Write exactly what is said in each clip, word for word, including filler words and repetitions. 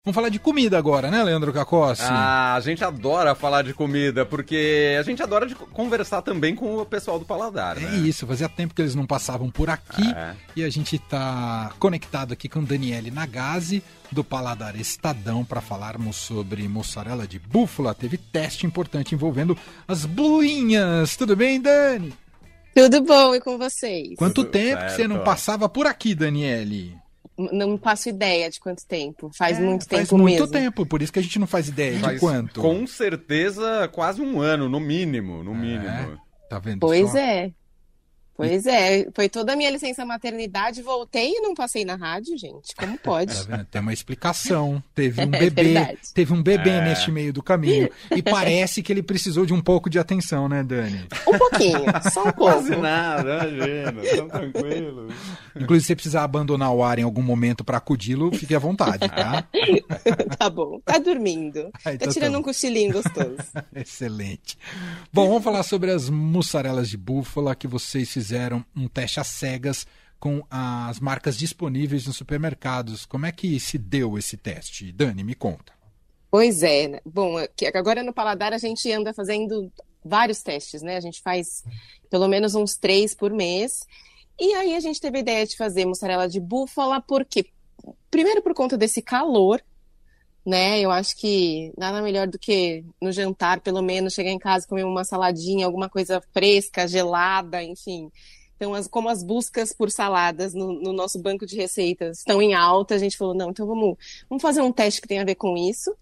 Vamos falar de comida agora, né, Leandro Cacossi? Ah, a gente adora falar de comida, porque a gente adora de conversar também com o pessoal do Paladar, né? É isso, fazia tempo que eles não passavam por aqui é. E a gente tá conectado aqui com Daniele Nagase, do Paladar Estadão, para falarmos sobre mussarela de búfala. Teve teste importante envolvendo as bolinhas. Tudo bem, Dani? Tudo bom, e com vocês? Quanto Tudo tempo certo. que você não passava por aqui, Daniele? Não faço ideia de quanto tempo. Faz é, muito tempo faz muito mesmo. tempo, por isso que a gente não faz ideia faz, de quanto. Com certeza, quase um ano, no mínimo, no mínimo. É, tá vendo Pois só? é. Pois é, foi toda a minha licença maternidade, voltei e não passei na rádio, gente. Como pode? Tá vendo? Tem uma explicação. Teve um É bebê, verdade. teve um bebê É. neste meio do caminho. E parece que ele precisou de um pouco de atenção, né, Dani? Um pouquinho, só um pouco. Quase nada, imagina, tão tranquilo. Inclusive, se você precisar abandonar o ar em algum momento para acudi-lo, fique à vontade, tá? Tá bom, tá dormindo. Ah, então Tá tirando tá um cochilinho gostoso. Excelente. Bom, vamos falar sobre as mussarelas de búfala que vocês fizeram um teste às cegas com as marcas disponíveis nos supermercados. Como é que se deu esse teste? Dani, me conta. Pois é, né? Bom, agora no Paladar a gente anda fazendo vários testes, né? A gente faz pelo menos uns três por mês. E aí a gente teve a ideia de fazer mussarela de búfala, porque primeiro por conta desse calor, né? Eu acho que nada melhor do que no jantar, pelo menos, chegar em casa e comer uma saladinha, alguma coisa fresca, gelada, enfim. Então, as, como as buscas por saladas no, no nosso banco de receitas estão em alta, a gente falou, não, então vamos, vamos fazer um teste que tem a ver com isso.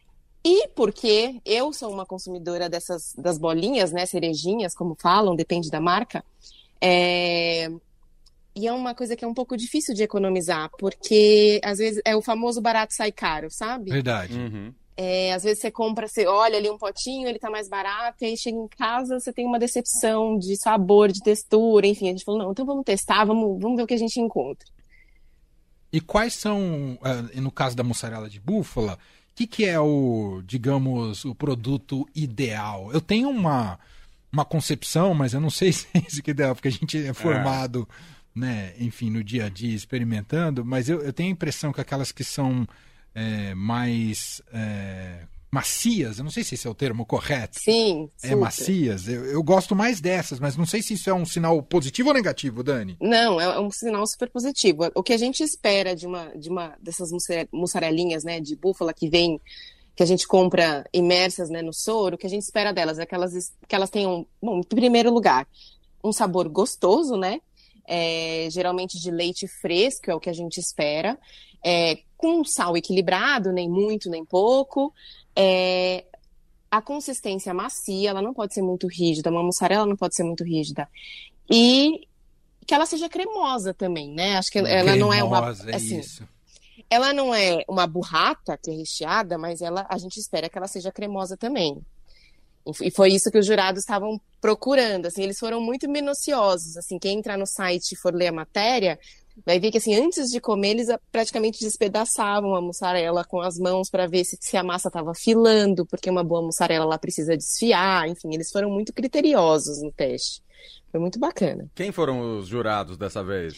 E porque eu sou uma consumidora dessas das bolinhas, né, cerejinhas, como falam, depende da marca, é... e é uma coisa que é um pouco difícil de economizar, porque às vezes é o famoso barato sai caro, sabe? Verdade. Uhum. É, às vezes você compra, você olha ali um potinho, ele tá mais barato, e aí chega em casa, você tem uma decepção de sabor, de textura, enfim, a gente falou, não, então vamos testar, vamos, vamos ver o que a gente encontra. E quais são, uh, no caso da mussarela de búfala, o que, que é o, digamos, o produto ideal? Eu tenho uma, uma concepção, mas eu não sei se é isso que é ideal, porque a gente é formado, é. né, enfim, no dia a dia experimentando, mas eu, eu tenho a impressão que aquelas que são é, mais é, macias, eu não sei se esse é o termo correto. Sim, É super. macias, eu, eu gosto mais dessas, mas não sei se isso é um sinal positivo ou negativo, Dani. Não, é um sinal super positivo. O que a gente espera de uma, de uma dessas mussarelinhas, né, de búfala que vem, que a gente compra imersas, né, no soro, o que a gente espera delas é que elas, que elas tenham, bom, em primeiro lugar, um sabor gostoso, né, é, geralmente de leite fresco, é o que a gente espera, é, com sal equilibrado, nem muito, nem pouco, é, a consistência macia, ela não pode ser muito rígida, uma mussarela não pode ser muito rígida, e que ela seja cremosa também, né, acho que ela cremosa, não é uma, é assim, isso. ela não é uma burrata que é recheada, mas ela, a gente espera que ela seja cremosa também. E foi isso que os jurados estavam procurando, assim, eles foram muito minuciosos, assim, quem entrar no site e for ler a matéria, vai ver que, assim, antes de comer, eles praticamente despedaçavam a mussarela com as mãos para ver se, se a massa estava filando, porque uma boa mussarela, ela precisa desfiar, enfim, eles foram muito criteriosos no teste. Foi muito bacana. Quem foram os jurados dessa vez?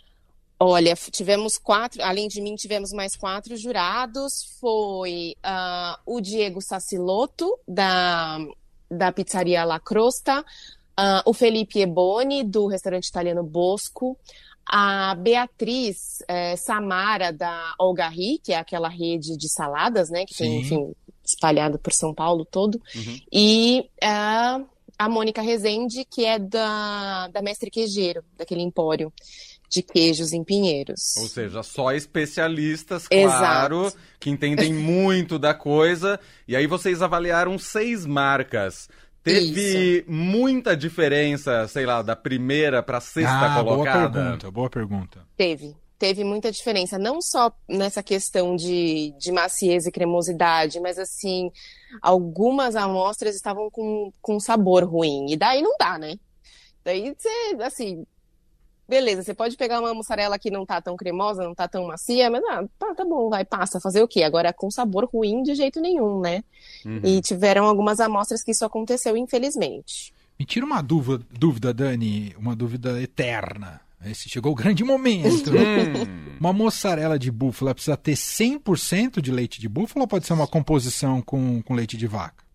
Olha, tivemos quatro, além de mim, tivemos mais quatro jurados. Foi uh, o Diego Sassilotto, da, da pizzaria La Crosta, uh, o Felipe Eboni, do restaurante italiano Bosco, a Beatriz eh, Samara, da Olgarri, que é aquela rede de saladas, né, que Sim. tem, enfim, espalhado por São Paulo todo, Uhum. e uh, a Mônica Rezende, que é da, da Mestre Queijeiro, daquele empório de queijos em Pinheiros. Ou seja, só especialistas, Exato. claro, que entendem muito da coisa. E aí vocês avaliaram seis marcas. Teve Isso. muita diferença, sei lá, da primeira para a sexta Ah, boa colocada? pergunta, boa pergunta. Teve. Teve muita diferença, não só nessa questão de, de maciez e cremosidade, mas assim, algumas amostras estavam com, com sabor ruim. E daí não dá, né? Daí você, assim, beleza, você pode pegar uma mussarela que não tá tão cremosa, não tá tão macia, mas ah, tá, tá bom, vai, passa, fazer o quê? Agora com sabor ruim de jeito nenhum, né? Uhum. E tiveram algumas amostras que isso aconteceu, infelizmente. Me tira uma dúvida, dúvida, Dani, uma dúvida eterna. esse chegou o grande momento. Hum. Uma mussarela de búfala precisa ter cem por cento de leite de búfala ou pode ser uma composição com, com leite de vaca?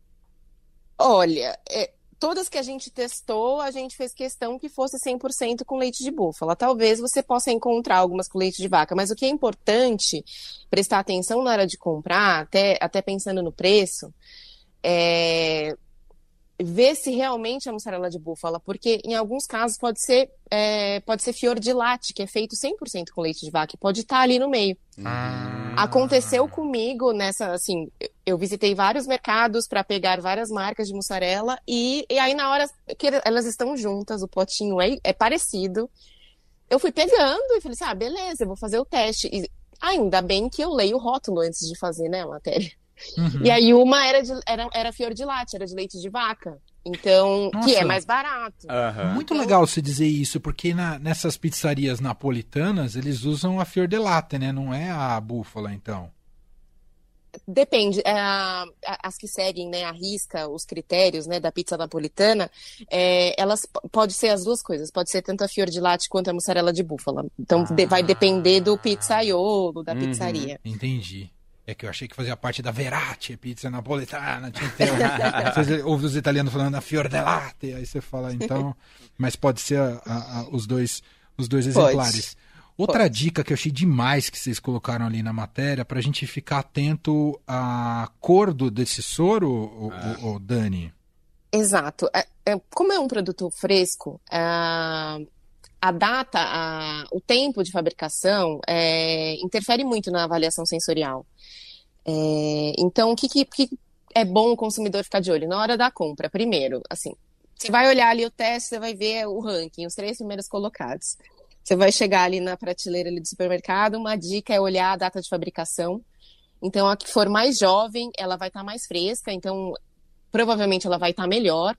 Olha, é, todas que a gente testou, a gente fez questão que fosse cem por cento com leite de búfala. Talvez você possa encontrar algumas com leite de vaca, mas o que é importante prestar atenção na hora de comprar, até, até pensando no preço, é ver se realmente é mussarela de búfala, porque em alguns casos pode ser, é, pode ser fior di latte, que é feito cem por cento com leite de vaca, e pode estar ali no meio. Ah. Aconteceu comigo nessa, assim, eu visitei vários mercados para pegar várias marcas de mussarela, e, e aí na hora que elas estão juntas, o potinho é, é parecido, eu fui pegando e falei assim, ah, beleza, eu vou fazer o teste. E ainda bem que eu leio o rótulo antes de fazer, né, a matéria. Uhum. E aí uma era, de, era, era fior di latte, era de leite de vaca. Então, Nossa. que é mais barato. Aham. Muito legal você dizer isso, porque na- nessas pizzarias napolitanas eles usam a fior di latte, né? Não é a búfala, então. Depende. é, a- a- as que seguem, né, a risca, os critérios, né, da pizza napolitana, é, elas p- pode ser as duas coisas. Pode ser tanto a fior di latte quanto a mussarela de búfala. Então, de- vai depender do pizzaiolo, da Uhum. pizzaria. Entendi. É que eu achei que fazia parte da Verratti, pizza napolitana. Tinha que ter... Você ouve os italianos falando a fior di latte, aí você fala, então... Mas pode ser a- a- a- os dois, os dois Pode. exemplares. Outra dica que eu achei demais que vocês colocaram ali na matéria, pra gente ficar atento à cor do, desse soro, o, o- o Dani. Exato. É- é- como é um produto fresco, a, a data, a- o tempo de fabricação é, interfere muito na avaliação sensorial. É, então, o que, que, que é bom o consumidor ficar de olho? Na hora da compra, primeiro, assim, você vai olhar ali o teste, você vai ver o ranking, os três primeiros colocados. Você vai chegar ali na prateleira ali do supermercado, uma dica é olhar a data de fabricação. Então, a que for mais jovem, ela vai estar mais fresca, então provavelmente ela vai estar melhor,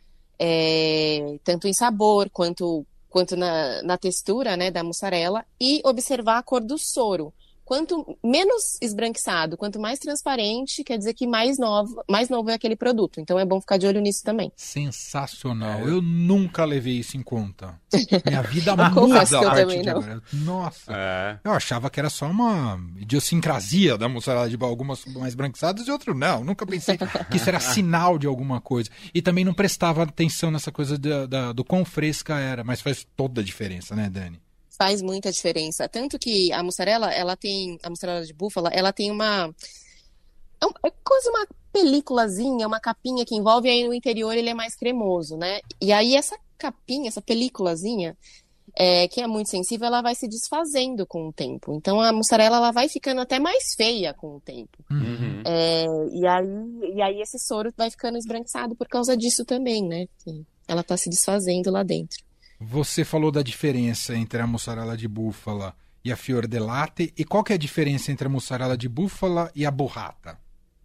é, tanto em sabor quanto, quanto na, na textura, né, da mussarela, e observar a cor do soro. Quanto menos esbranquiçado, quanto mais transparente, quer dizer que mais novo, mais novo é aquele produto. Então é bom ficar de olho nisso também. Sensacional. É. Eu nunca levei isso em conta. Minha vida Confesso muda que a eu partir também de não. agora. Nossa. É. Eu achava que era só uma idiosincrasia da mussarela de Búfala, algumas mais branquiçadas e outras não. Nunca pensei que isso era sinal de alguma coisa. E também não prestava atenção nessa coisa da, da- do quão fresca era. Mas faz toda a diferença, né, Dani? Faz muita diferença. Tanto que a mussarela, ela tem, a mussarela de búfala, ela tem uma, é um- é quase uma películazinha, uma capinha que envolve, aí no interior ele é mais cremoso, né? E aí essa capinha, essa películazinha, é, que é muito sensível, ela vai se desfazendo com o tempo. Então a mussarela, ela vai ficando até mais feia com o tempo. Uhum. É, e aí, e aí esse soro vai ficando esbranquiçado por causa disso também, né? Que ela tá se desfazendo lá dentro. Você falou da diferença entre a mussarela de búfala e a fior di latte. E qual que é a diferença entre a mussarela de búfala e a burrata?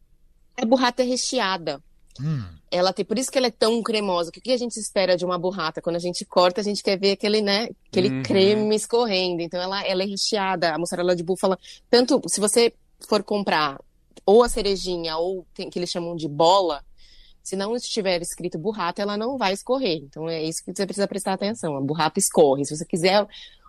A burrata é recheada. Hum, Ela tem, por isso que ela é tão cremosa. O que que a gente espera de uma burrata? Quando a gente corta, a gente quer ver aquele, né, aquele Uhum. creme escorrendo. Então ela, ela é recheada. A mussarela de búfala, tanto se você for comprar ou a cerejinha ou tem que eles chamam de bola, se não estiver escrito burrata, ela não vai escorrer. Então é isso que você precisa prestar atenção. A burrata escorre. Se você quiser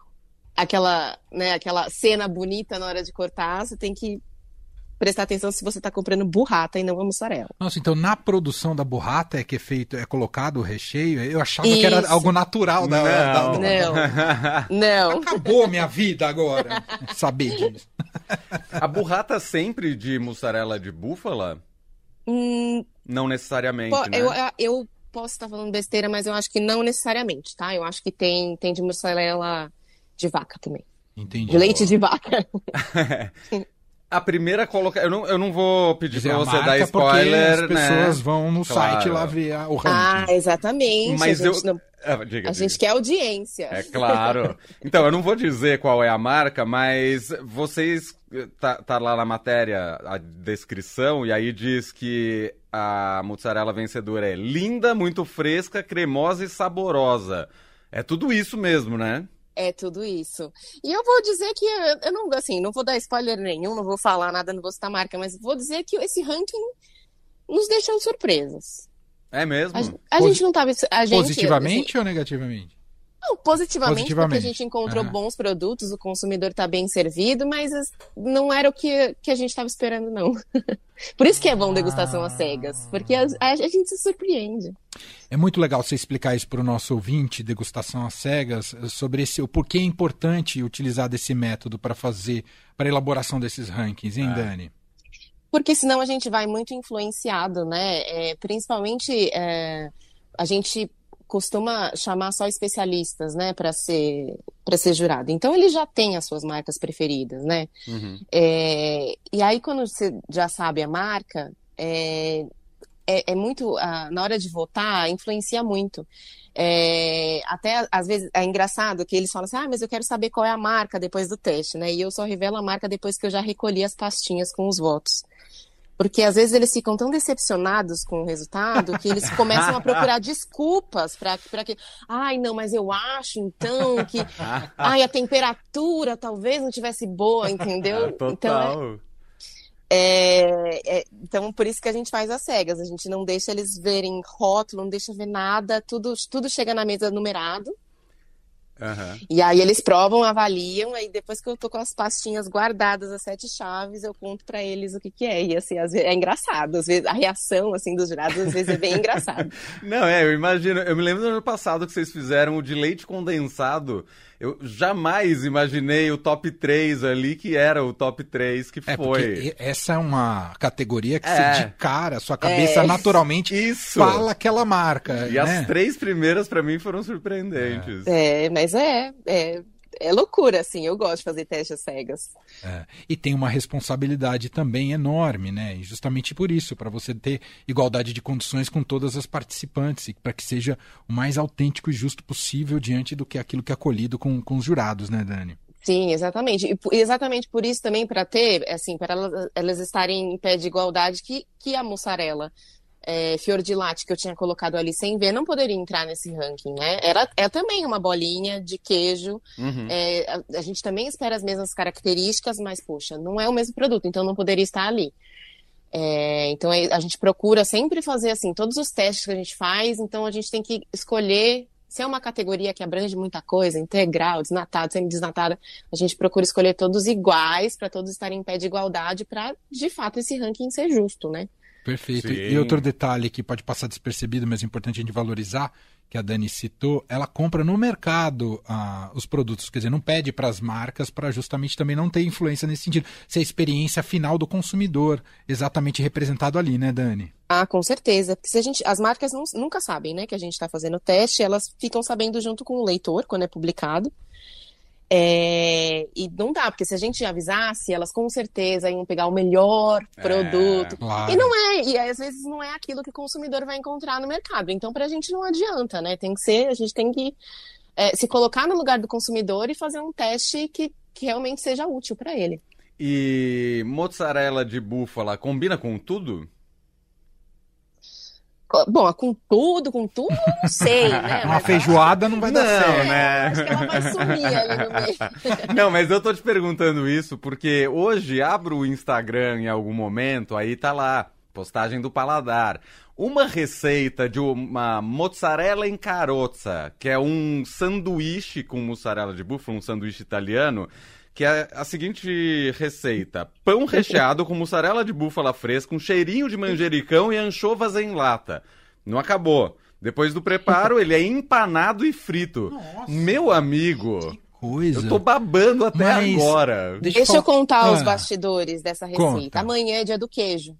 aquela, né, aquela cena bonita na hora de cortar, você tem que prestar atenção se você está comprando burrata e não a mussarela. Nossa, então na produção da burrata é que é feito, é colocado o recheio? Eu achava que era Isso. algo natural da, da- Não. Não, não. Acabou a minha vida agora. Saber disso. A burrata sempre de mussarela de búfala? Hum, Não necessariamente, po- né? eu, eu posso estar falando besteira, mas eu acho que não necessariamente, tá? Eu acho que tem, tem de mussarela de vaca também. Entendi. De leite de vaca. A primeira coloca... Eu não, eu não vou pedir Dizer pra a você marca dar spoiler, porque as pessoas né? vão no Claro. site lá ver a- o Ah, ranking. exatamente. Mas a eu... gente, não- Ah, diga, a diga. gente quer audiência. É claro. Então, eu não vou dizer qual é a marca, mas vocês... Tá, tá lá na matéria a descrição, e aí diz que a mussarela vencedora é linda, muito fresca, cremosa e saborosa. É tudo isso mesmo, né? É tudo isso. E eu vou dizer que eu, eu não, assim, não vou dar spoiler nenhum, não vou falar nada, não vou citar marca, mas vou dizer que esse ranking nos deixou surpresas. É mesmo? A, a Posi- gente não tava. A gente, Positivamente ou negativamente? Não, positivamente, Positivamente. porque a gente encontrou Aham. bons produtos, o consumidor está bem servido, mas as- não era o que, que a gente estava esperando, não. Por isso que é bom degustação às cegas, porque a, a- a gente se surpreende. É muito legal você explicar isso para o nosso ouvinte, degustação às cegas, sobre esse, o porquê é importante utilizar desse método para fazer, para a elaboração desses rankings, hein, É. Dani? Porque senão a gente vai muito influenciado, né? É, principalmente, é, a gente costuma chamar só especialistas, né, para ser, para ser jurado. Então ele já tem as suas marcas preferidas, né? Uhum. É, e aí, quando você já sabe a marca, é, é, é muito. ah, na hora de votar, influencia muito. É, até às vezes é engraçado que eles falam assim: ah, mas eu quero saber qual é a marca depois do teste, né? E eu só revelo a marca depois que eu já recolhi as pastinhas com os votos. Porque às vezes eles ficam tão decepcionados com o resultado que eles começam a procurar desculpas para que. Ai, não, mas eu acho então que. Ai, a temperatura talvez não tivesse boa, entendeu? Total. Então, é, é, então, por isso que a gente faz as cegas. A gente não deixa eles verem rótulo, não deixa ver nada, tudo, tudo chega na mesa numerado. Aham. E aí eles provam, avaliam, aí depois que eu tô com as pastinhas guardadas, as sete chaves, eu conto pra eles o que que é. E assim, às vezes, é engraçado, às vezes a reação assim dos jurados às vezes é bem engraçado. Não, é, eu imagino. Eu me lembro do ano passado que vocês fizeram o de leite condensado. Eu jamais imaginei o top três ali, que era o top três que É, foi. porque essa é uma categoria que É. você, de cara, sua cabeça É. naturalmente Isso! fala aquela marca, E né? as três primeiras, pra mim, foram surpreendentes. É, mas é, é, é loucura, assim, eu gosto de fazer testes cegas. É. E tem uma responsabilidade também enorme, né? E justamente por isso, para você ter igualdade de condições com todas as participantes, e para que seja o mais autêntico e justo possível diante do que aquilo que é acolhido com, com os jurados, né, Dani? Sim, exatamente. E po- exatamente por isso também, para ter, assim, para elas, elas estarem em pé de igualdade, que, que a mussarela é, fior di latte que eu tinha colocado ali sem ver não poderia entrar nesse ranking, né? Era, é também uma bolinha de queijo. Uhum. É, a, a gente também espera as mesmas características, mas, poxa, não é o mesmo produto, então não poderia estar ali. É, então é- a gente procura sempre fazer assim, todos os testes que a gente faz, então a gente tem que escolher. Se é uma categoria que abrange muita coisa, integral, desnatado, semi-desnatada, a gente procura escolher todos iguais, para todos estarem em pé de igualdade, para de fato esse ranking ser justo, né? Perfeito. Sim. E outro detalhe que pode passar despercebido, mas é importante a gente valorizar, que a Dani citou, ela compra no mercado ah, os produtos, quer dizer, não pede para as marcas para justamente também não ter influência nesse sentido. Ser a experiência final do consumidor, exatamente representado ali, né, Dani? Ah, com certeza. Porque se a gente, as marcas não- nunca sabem, né, que a gente está fazendo o teste, elas ficam sabendo junto com o leitor, quando é publicado. É, e não dá, porque se a gente avisasse, elas com certeza iam pegar o melhor produto. Claro. E não é, e às vezes não é aquilo que o consumidor vai encontrar no mercado. Então, pra gente não adianta, né? Tem que ser, a gente tem que é, se colocar no lugar do consumidor e fazer um teste que, que realmente seja útil para ele. E mozzarella de búfala combina com tudo? Co- Bom, com tudo, com tudo, eu não sei, né? Uma Mas feijoada não vai dar Não, certo. é, né? acho que ela vai sumir ali no meio. Não, mas eu tô te perguntando isso porque hoje abro o Instagram em algum momento, aí tá lá, postagem do paladar. Uma receita de uma mozzarella em carrozza, que é um sanduíche com mussarela de búfala, um sanduíche italiano, que é a seguinte receita: pão recheado com mussarela de búfala fresca, um cheirinho de manjericão e anchovas em lata. Não acabou. Depois do preparo, ele é empanado e frito. Nossa. Meu amigo, Coisa. eu tô babando até Mas- agora. Deixa, Deixa eu falar- contar os Ah. bastidores dessa receita. Conta. Amanhã é dia do queijo.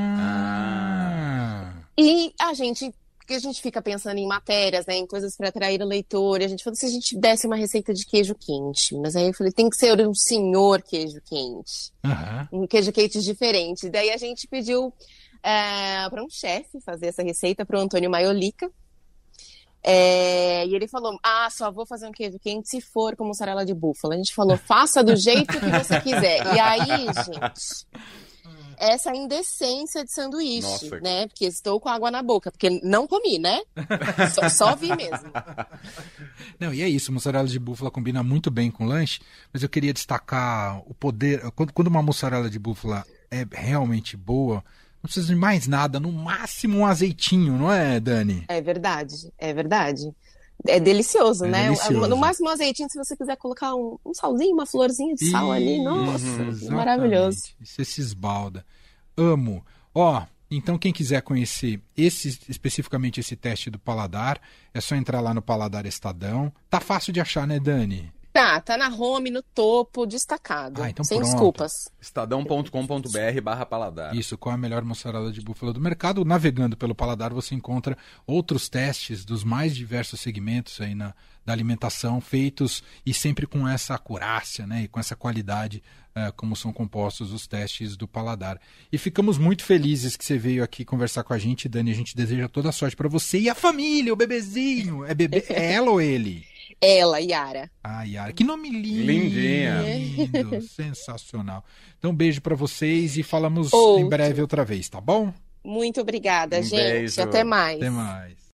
Ah. E a gente, que a gente fica pensando em matérias, né, em coisas para atrair o leitor. E a gente falou, se a gente desse uma receita de queijo quente. Mas aí eu falei, tem que ser um senhor queijo quente. Aham. Um queijo quente diferente. Daí a gente pediu para um chefe fazer essa receita, para o Antônio Maiolica. É, e ele falou, ah, só vou fazer um queijo quente se for com mussarela de búfala. A gente falou, faça do jeito que você quiser. E aí, gente, essa indecência de sanduíche, Nossa. né? Porque estou com água na boca, porque não comi, né? Só, só vi mesmo. Não, e é isso, mussarela de búfala combina muito bem com lanche, mas eu queria destacar o poder. Quando, quando uma mussarela de búfala é realmente boa, não precisa de mais nada, no máximo um azeitinho, não é, Dani? É verdade, é verdade. É delicioso, É né? delicioso. No máximo um azeitinho, se você quiser colocar um, um salzinho, uma florzinha de sal ali, nossa, Exatamente. maravilhoso. Você se esbalda. Amo. Ó, então quem quiser conhecer esse, especificamente esse teste do paladar, é só entrar lá no Paladar Estadão. Tá fácil de achar, né, Dani? Tá, tá na home, no topo, destacado. Ah, então sem pronto. desculpas. estadão ponto com ponto br barra paladar. Isso, qual é a melhor mussarela de búfala do mercado? Navegando pelo Paladar, você encontra outros testes dos mais diversos segmentos aí na, da alimentação, feitos e sempre com essa acurácia, né, e com essa qualidade, uh, como são compostos os testes do Paladar. E ficamos muito felizes que você veio aqui conversar com a gente, Dani. A gente deseja toda a sorte para você e a família, o bebezinho. É, bebê, é ela ou ele? Ela, Yara. Ah, Yara, que nome lindo. Lindinha. Lindo, sensacional. Então, um beijo pra vocês e falamos Outro. em breve outra vez, tá bom? Muito obrigada, Um gente. beijo. Até mais. Até mais.